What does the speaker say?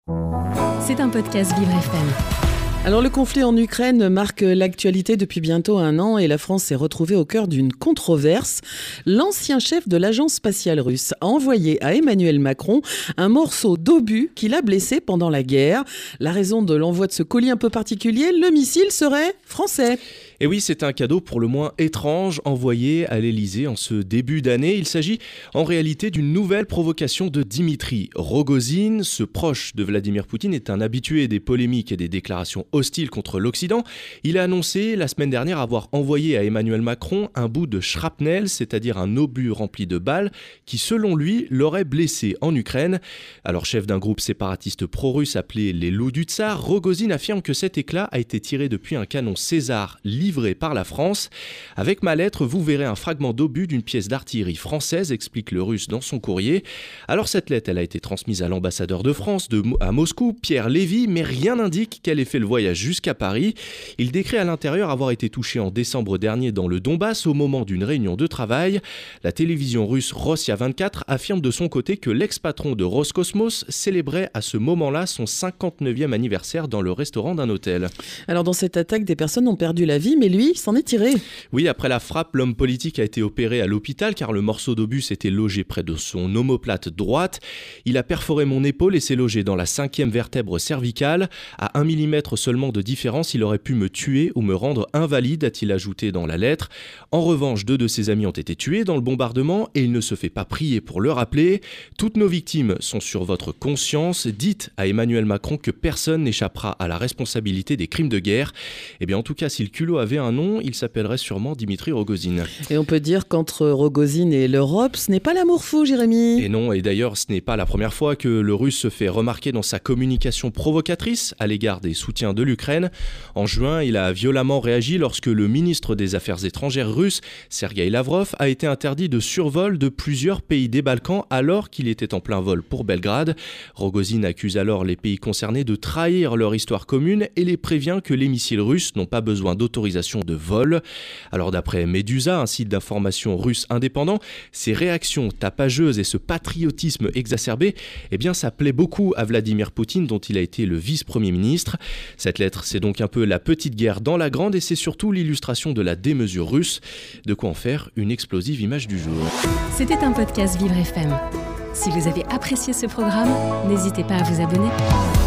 C'est un podcast Vivre FM. Alors le conflit en Ukraine marque l'actualité depuis bientôt 1 an et la France s'est retrouvée au cœur d'une controverse. L'ancien chef de l'agence spatiale russe a envoyé à Emmanuel Macron un morceau d'obus qui l'a blessé pendant la guerre. La raison de l'envoi de ce colis un peu particulier, le missile serait français. Et oui, c'est un cadeau pour le moins étrange envoyé à l'Elysée en ce début d'année. Il s'agit en réalité d'une nouvelle provocation de Dimitri Rogozine. Ce proche de Vladimir Poutine est un habitué des polémiques et des déclarations hostiles contre l'Occident. Il a annoncé la semaine dernière avoir envoyé à Emmanuel Macron un bout de shrapnel, c'est-à-dire un obus rempli de balles, qui selon lui l'aurait blessé en Ukraine. Alors chef d'un groupe séparatiste pro-russe appelé les Loups du Tsar, Rogozine affirme que cet éclat a été tiré depuis un canon César livré par la France. Avec ma lettre, vous verrez un fragment d'obus d'une pièce d'artillerie française, explique le Russe dans son courrier. Alors cette lettre, elle a été transmise à l'ambassadeur de France à Moscou, Pierre Lévy, mais rien n'indique qu'elle ait fait le voyage jusqu'à Paris. Il décrit à l'intérieur avoir été touché en décembre dernier dans le Donbass au moment d'une réunion de travail. La télévision russe Rossiya 24 affirme de son côté que l'ex-patron de Roscosmos célébrait à ce moment-là son 59e anniversaire dans le restaurant d'un hôtel. Alors dans cette attaque, des personnes ont perdu la vie, mais lui s'en est tiré. Oui, après la frappe, l'homme politique a été opéré à l'hôpital car le morceau d'obus était logé près de son omoplate droite. Il a perforé mon épaule et s'est logé dans la 5e vertèbre cervicale. À 1 mm seulement de différence, il aurait pu me tuer ou me rendre invalide, a-t-il ajouté dans la lettre. En revanche, 2 de ses amis ont été tués dans le bombardement et il ne se fait pas prier pour le rappeler. Toutes nos victimes sont sur votre conscience. Dites à Emmanuel Macron que personne n'échappera à la responsabilité des crimes de guerre. Eh bien, en tout cas, si le culot avait un nom, il s'appellerait sûrement Dimitri Rogozine. Et on peut dire qu'entre Rogozine et l'Europe, ce n'est pas l'amour fou, Jérémy. Et non, et d'ailleurs, ce n'est pas la première fois que le Russe se fait remarquer dans sa communication provocatrice à l'égard des soutiens de l'Ukraine. En juin, il a violemment réagi lorsque le ministre des Affaires étrangères russe, Sergueï Lavrov, a été interdit de survol de plusieurs pays des Balkans alors qu'il était en plein vol pour Belgrade. Rogozine accuse alors les pays concernés de trahir leur histoire commune et les prévient que les missiles russes n'ont pas besoin d'autorisation de vol. Alors d'après Medusa, un site d'information russe indépendant, ces réactions tapageuses et ce patriotisme exacerbé, eh bien ça plaît beaucoup à Vladimir Poutine dont il a été le vice-premier ministre. Cette lettre, c'est donc un peu la petite guerre dans la grande et c'est surtout l'illustration de la démesure russe. De quoi en faire une explosive image du jour. C'était un podcast Vivre FM. Si vous avez apprécié ce programme, n'hésitez pas à vous abonner.